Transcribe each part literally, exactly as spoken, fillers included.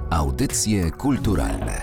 Audycje kulturalne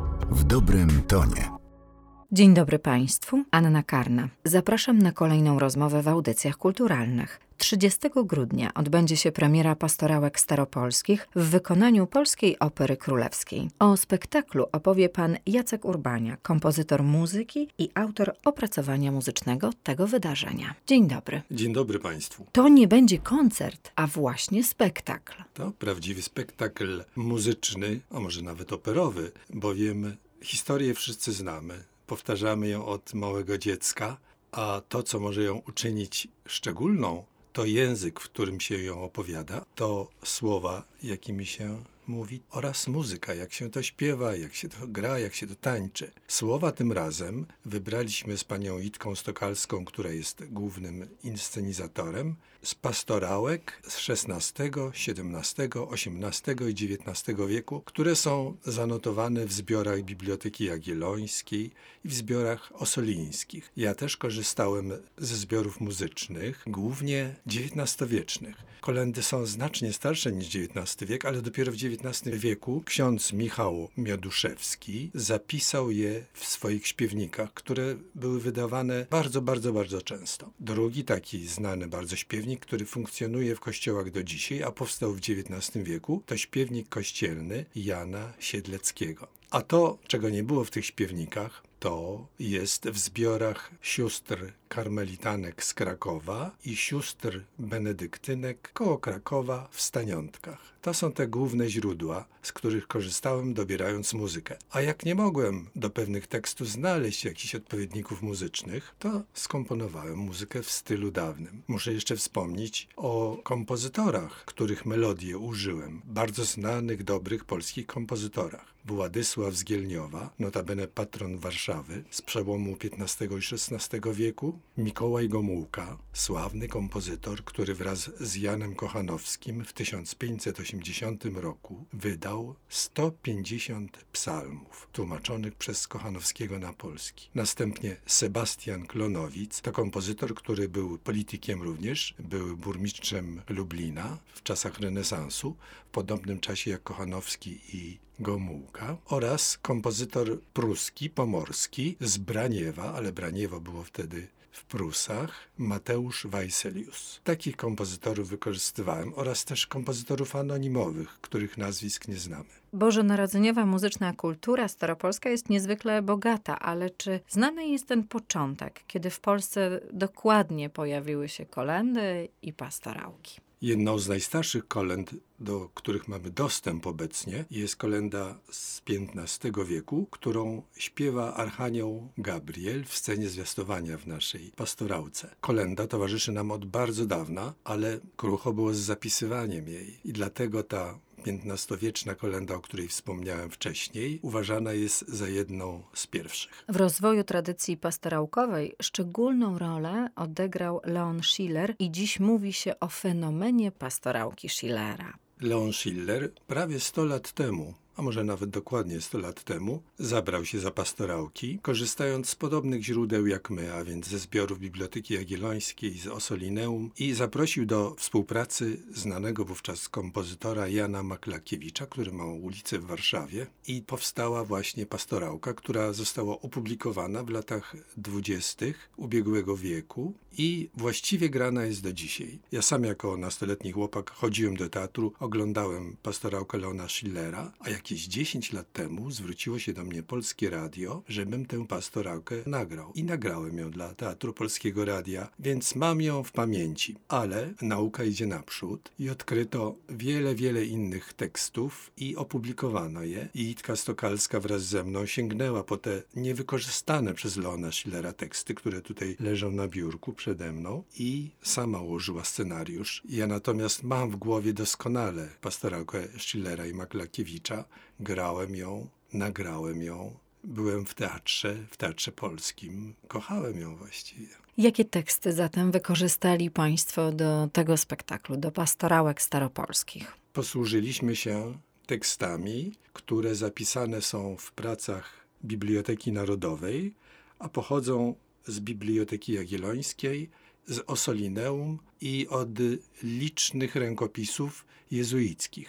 w dobrym tonie. Dzień dobry Państwu, Anna Karna. Zapraszam na kolejną rozmowę w audycjach kulturalnych. trzydziestego grudnia odbędzie się premiera Pastorałek Staropolskich w wykonaniu Polskiej Opery Królewskiej. O spektaklu opowie pan Jacek Urbania, kompozytor muzyki i autor opracowania muzycznego tego wydarzenia. Dzień dobry. Dzień dobry Państwu. To nie będzie koncert, a właśnie spektakl. To prawdziwy spektakl muzyczny, a może nawet operowy, bowiem historię wszyscy znamy. Powtarzamy ją od małego dziecka, a to, co może ją uczynić szczególną, to język, w którym się ją opowiada, to słowa, jakimi się mówi, oraz muzyka, jak się to śpiewa, jak się to gra, jak się to tańczy. Słowa tym razem wybraliśmy z panią Itką Stokalską, która jest głównym inscenizatorem, z pastorałek z szesnastego, siedemnastego, osiemnastego i dziewiętnastego wieku, które są zanotowane w zbiorach Biblioteki Jagiellońskiej i w zbiorach osolińskich. Ja też korzystałem ze zbiorów muzycznych, głównie dziewiętnastowiecznych. Kolędy są znacznie starsze niż dziewiętnasty wiek, ale dopiero w dziewiętnastym wieku ksiądz Michał Mioduszewski zapisał je w swoich śpiewnikach, które były wydawane bardzo, bardzo, bardzo często. Drugi taki znany bardzo śpiewnik, który funkcjonuje w kościołach do dzisiaj, a powstał w dziewiętnastym wieku, to śpiewnik kościelny Jana Siedleckiego. A to, czego nie było w tych śpiewnikach, to jest w zbiorach sióstr karmelitanek z Krakowa i sióstr benedyktynek koło Krakowa w Staniątkach. To są te główne źródła, z których korzystałem, dobierając muzykę. A jak nie mogłem do pewnych tekstów znaleźć jakichś odpowiedników muzycznych, to skomponowałem muzykę w stylu dawnym. Muszę jeszcze wspomnieć o kompozytorach, których melodie użyłem. Bardzo znanych, dobrych polskich kompozytorach. Władysław z Gielniowa, notabene patron Warszawy z przełomu piętnastego i szesnastego wieku, Mikołaj Gomułka, sławny kompozytor, który wraz z Janem Kochanowskim w tysiąc pięćset osiemdziesiątym roku wydał sto pięćdziesiąt psalmów, tłumaczonych przez Kochanowskiego na polski. Następnie Sebastian Klonowic, to kompozytor, który był politykiem również, był burmistrzem Lublina w czasach renesansu, w podobnym czasie jak Kochanowski i Gomułka, oraz kompozytor pruski, pomorski z Braniewa, ale Braniewo było wtedy w Prusach, Mateusz Weisselius. Takich kompozytorów wykorzystywałem oraz też kompozytorów anonimowych, których nazwisk nie znamy. Bożonarodzeniowa muzyczna kultura staropolska jest niezwykle bogata, ale czy znany jest ten początek, kiedy w Polsce dokładnie pojawiły się kolędy i pastorałki? Jedną z najstarszych kolęd, do których mamy dostęp obecnie, jest kolęda z piętnastego wieku, którą śpiewa archanioł Gabriel w scenie zwiastowania w naszej pastorałce. Kolęda towarzyszy nam od bardzo dawna, ale krucho było z zapisywaniem jej i dlatego ta piętnastowieczna kolęda, o której wspomniałem wcześniej, uważana jest za jedną z pierwszych. W rozwoju tradycji pastorałkowej szczególną rolę odegrał Leon Schiller i dziś mówi się o fenomenie pastorałki Schillera. Leon Schiller prawie sto lat temu, a może nawet dokładnie sto lat temu, zabrał się za pastorałki, korzystając z podobnych źródeł jak my, a więc ze zbiorów Biblioteki Jagiellońskiej, z Osolineum, i zaprosił do współpracy znanego wówczas kompozytora Jana Maklakiewicza, który ma ulicę w Warszawie, i powstała właśnie pastorałka, która została opublikowana w latach dwudziestych ubiegłego wieku i właściwie grana jest do dzisiaj. Ja sam jako nastoletni chłopak chodziłem do teatru, oglądałem pastorałkę Leona Schillera, a jakieś dziesięć lat temu zwróciło się do mnie Polskie Radio, żebym tę pastorałkę nagrał. I nagrałem ją dla Teatru Polskiego Radia, więc mam ją w pamięci. Ale nauka idzie naprzód i odkryto wiele, wiele innych tekstów i opublikowano je. I Itka Stokalska wraz ze mną sięgnęła po te niewykorzystane przez Leona Schillera teksty, które tutaj leżą na biurku przede mną, i sama ułożyła scenariusz. Ja natomiast mam w głowie doskonale pastorałkę Schillera i Maklakiewicza. Grałem ją, nagrałem ją, byłem w teatrze, w Teatrze Polskim. Kochałem ją właściwie. Jakie teksty zatem wykorzystali Państwo do tego spektaklu, do pastorałek staropolskich? Posłużyliśmy się tekstami, które zapisane są w pracach Biblioteki Narodowej, a pochodzą z Biblioteki Jagiellońskiej, z Osolineum i od licznych rękopisów jezuickich.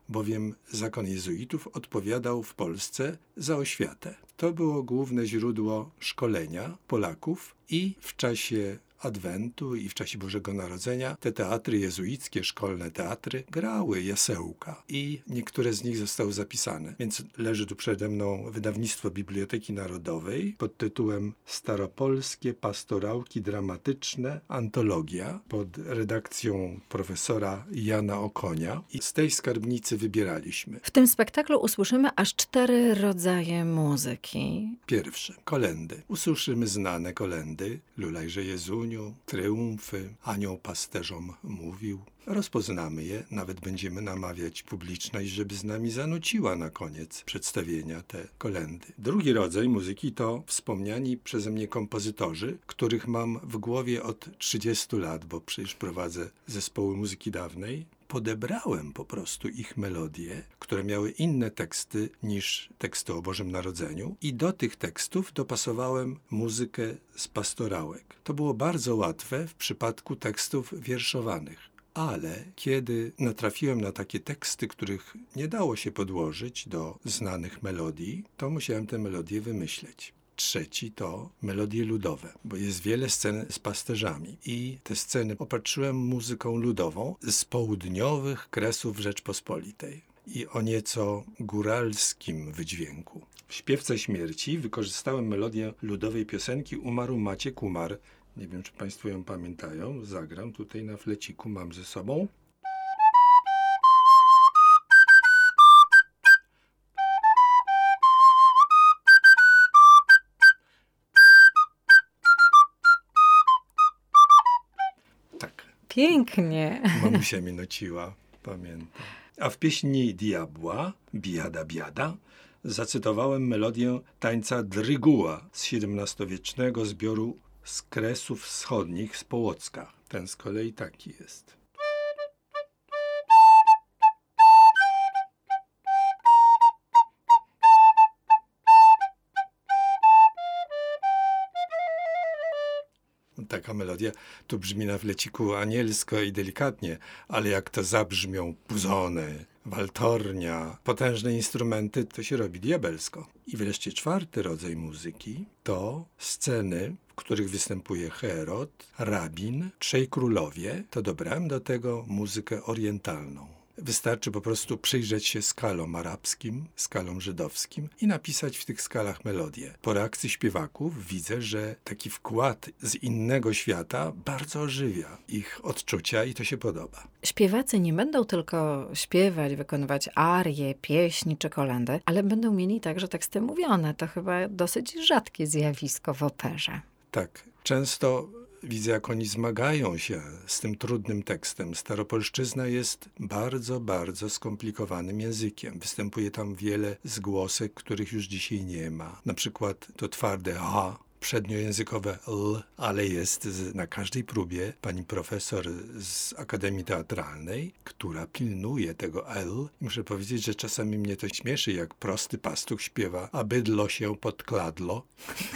bowiem zakon jezuitów odpowiadał w Polsce za oświatę. To było główne źródło szkolenia Polaków i w czasie Adwentu i w czasie Bożego Narodzenia te teatry jezuickie, szkolne teatry, grały jasełka i niektóre z nich zostały zapisane. Więc leży tu przede mną wydawnictwo Biblioteki Narodowej pod tytułem Staropolskie pastorałki dramatyczne, antologia pod redakcją profesora Jana Okonia i z tej skarbnicy wybieraliśmy. W tym spektaklu usłyszymy aż cztery rodzaje muzyki. Pierwsze, kolendy. Usłyszymy znane kolendy, Lulajże Jezuniu, Triumfy, Anioł pasterzom mówił. Rozpoznamy je, nawet będziemy namawiać publiczność, żeby z nami zanuciła na koniec przedstawienia te kolendy. Drugi rodzaj muzyki to wspomniani przeze mnie kompozytorzy, których mam w głowie od trzydziestu lat, bo przecież prowadzę zespoły muzyki dawnej. Podebrałem po prostu ich melodie, które miały inne teksty niż teksty o Bożym Narodzeniu i do tych tekstów dopasowałem muzykę z pastorałek. To było bardzo łatwe w przypadku tekstów wierszowanych. Ale kiedy natrafiłem na takie teksty, których nie dało się podłożyć do znanych melodii, to musiałem te melodie wymyśleć. Trzeci to melodie ludowe, bo jest wiele scen z pasterzami i te sceny opatrzyłem muzyką ludową z południowych kresów Rzeczpospolitej i o nieco góralskim wydźwięku. W Śpiewce Śmierci wykorzystałem melodię ludowej piosenki Umarł Maciek Umar. Nie wiem, czy Państwo ją pamiętają. Zagram tutaj na fleciku, mam ze sobą. Tak. Pięknie. Mamusia mi nociła, pamiętam. A w pieśni Diabła, Biada Biada, zacytowałem melodię tańca Dryguła z siedemnastowiecznego zbioru z Kresów Wschodnich z Połocka. Ten z kolei taki jest. Taka melodia tu brzmi na fleciku anielsko i delikatnie, ale jak to zabrzmią puzony, waltornia, potężne instrumenty, to się robi diabelsko. I wreszcie czwarty rodzaj muzyki to sceny, w których występuje Herod, rabin, trzej królowie. To dobrałem do tego muzykę orientalną. Wystarczy po prostu przyjrzeć się skalom arabskim, skalom żydowskim i napisać w tych skalach melodię. Po reakcji śpiewaków widzę, że taki wkład z innego świata bardzo ożywia ich odczucia i to się podoba. Śpiewacy nie będą tylko śpiewać, wykonywać arie, pieśni czy kolendy, ale będą mieli także teksty mówione. To chyba dosyć rzadkie zjawisko w operze. Tak, często widzę, jak oni zmagają się z tym trudnym tekstem. Staropolszczyzna jest bardzo, bardzo skomplikowanym językiem. Występuje tam wiele zgłosek, których już dzisiaj nie ma. Na przykład to twarde H, przedniojęzykowe L, ale jest z, na każdej próbie pani profesor z Akademii Teatralnej, która pilnuje tego L. I muszę powiedzieć, że czasami mnie to śmieszy, jak prosty pastuch śpiewa, a bydlo się podkladlo.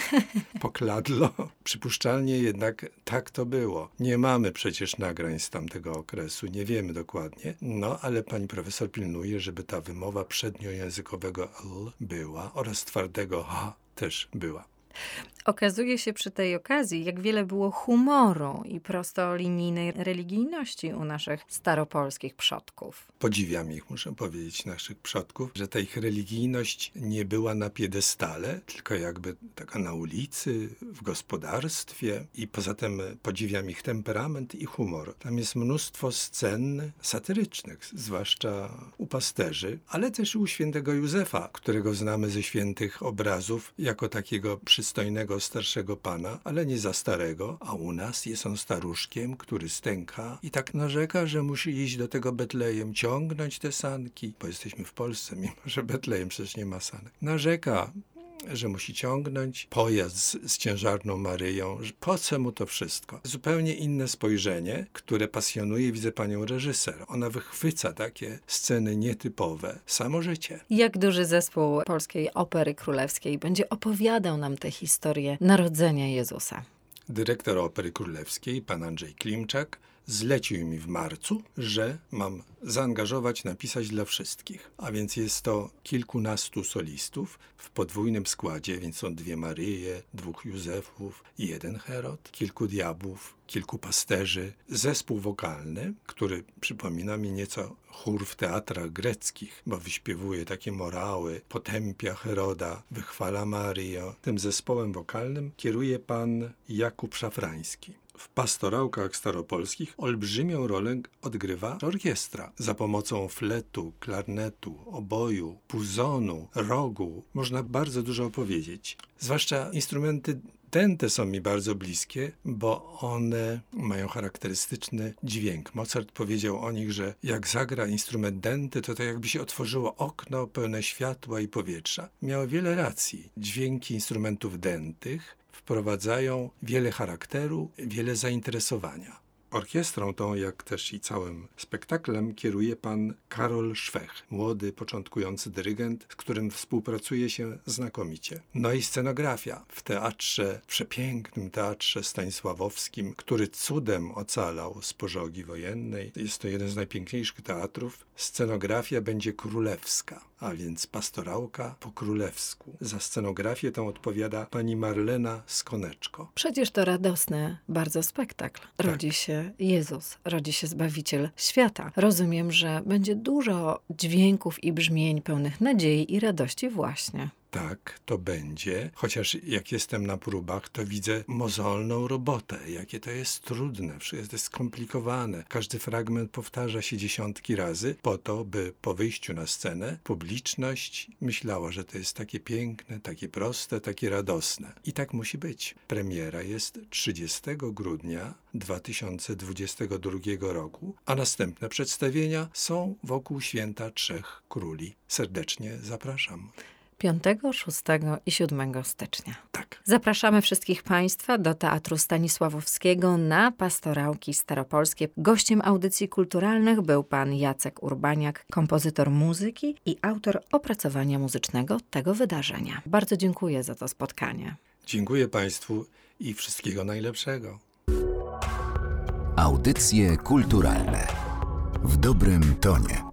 Pokladlo. Przypuszczalnie jednak tak to było. Nie mamy przecież nagrań z tamtego okresu, nie wiemy dokładnie. No, ale pani profesor pilnuje, żeby ta wymowa przedniojęzykowego L była oraz twardego H też była. Okazuje się przy tej okazji, jak wiele było humoru i prostolinijnej religijności u naszych staropolskich przodków. Podziwiam ich, muszę powiedzieć, naszych przodków, że ta ich religijność nie była na piedestale, tylko jakby taka na ulicy, w gospodarstwie i poza tym podziwiam ich temperament i humor. Tam jest mnóstwo scen satyrycznych, zwłaszcza u pasterzy, ale też u świętego Józefa, którego znamy ze świętych obrazów jako takiego przystojnego starszego pana, ale nie za starego, a u nas jest on staruszkiem, który stęka i tak narzeka, że musi iść do tego Betlejem, ciągnąć te sanki, bo jesteśmy w Polsce, mimo że Betlejem przecież nie ma sanek. Narzeka, że musi ciągnąć pojazd z, z ciężarną Maryją, że po co mu to wszystko? Zupełnie inne spojrzenie, które pasjonuje, widzę panią reżyser. Ona wychwyca takie sceny nietypowe. Samo życie. Jak duży zespół Polskiej Opery Królewskiej będzie opowiadał nam tę historię narodzenia Jezusa? Dyrektor Opery Królewskiej, pan Andrzej Klimczak, zlecił mi w marcu, że mam zaangażować, napisać dla wszystkich. A więc jest to kilkunastu solistów w podwójnym składzie, więc są dwie Maryje, dwóch Józefów, jeden Herod, kilku diabłów, kilku pasterzy, zespół wokalny, który przypomina mi nieco chór w teatrach greckich, bo wyśpiewuje takie morały, potępia Heroda, wychwala Maryję. Tym zespołem wokalnym kieruje pan Jakub Szafrański. W pastorałkach staropolskich olbrzymią rolę odgrywa orkiestra. Za pomocą fletu, klarnetu, oboju, puzonu, rogu można bardzo dużo opowiedzieć. Zwłaszcza instrumenty dęte są mi bardzo bliskie, bo one mają charakterystyczny dźwięk. Mozart powiedział o nich, że jak zagra instrument dęty, to tak jakby się otworzyło okno pełne światła i powietrza. Miał wiele racji. Dźwięki instrumentów dętych wprowadzają wiele charakteru, wiele zainteresowania. Orkiestrą tą, jak też i całym spektaklem, kieruje pan Karol Szwech, młody, początkujący dyrygent, z którym współpracuje się znakomicie. No i scenografia w teatrze, przepięknym teatrze stanisławowskim, który cudem ocalał z pożogi wojennej. Jest to jeden z najpiękniejszych teatrów. Scenografia będzie królewska, a więc pastorałka po królewsku. Za scenografię tą odpowiada pani Marlena Skoneczko. Przecież to radosny bardzo spektakl. Rodzi tak. się Jezus, rodzi się Zbawiciel świata. Rozumiem, że będzie dużo dźwięków i brzmień pełnych nadziei i radości właśnie. Tak, to będzie, chociaż jak jestem na próbach, to widzę mozolną robotę, jakie to jest trudne, wszystko jest skomplikowane. Każdy fragment powtarza się dziesiątki razy po to, by po wyjściu na scenę publiczność myślała, że to jest takie piękne, takie proste, takie radosne. I tak musi być. Premiera jest trzydziestego grudnia dwa tysiące dwudziestego drugiego roku, a następne przedstawienia są wokół Święta Trzech Króli. Serdecznie zapraszam. piątego, szóstego i siódmego stycznia. Tak. Zapraszamy wszystkich Państwa do Teatru Stanisławowskiego na Pastorałki Staropolskie. Gościem audycji kulturalnych był pan Jacek Urbaniak, kompozytor muzyki i autor opracowania muzycznego tego wydarzenia. Bardzo dziękuję za to spotkanie. Dziękuję Państwu i wszystkiego najlepszego. Audycje kulturalne w dobrym tonie.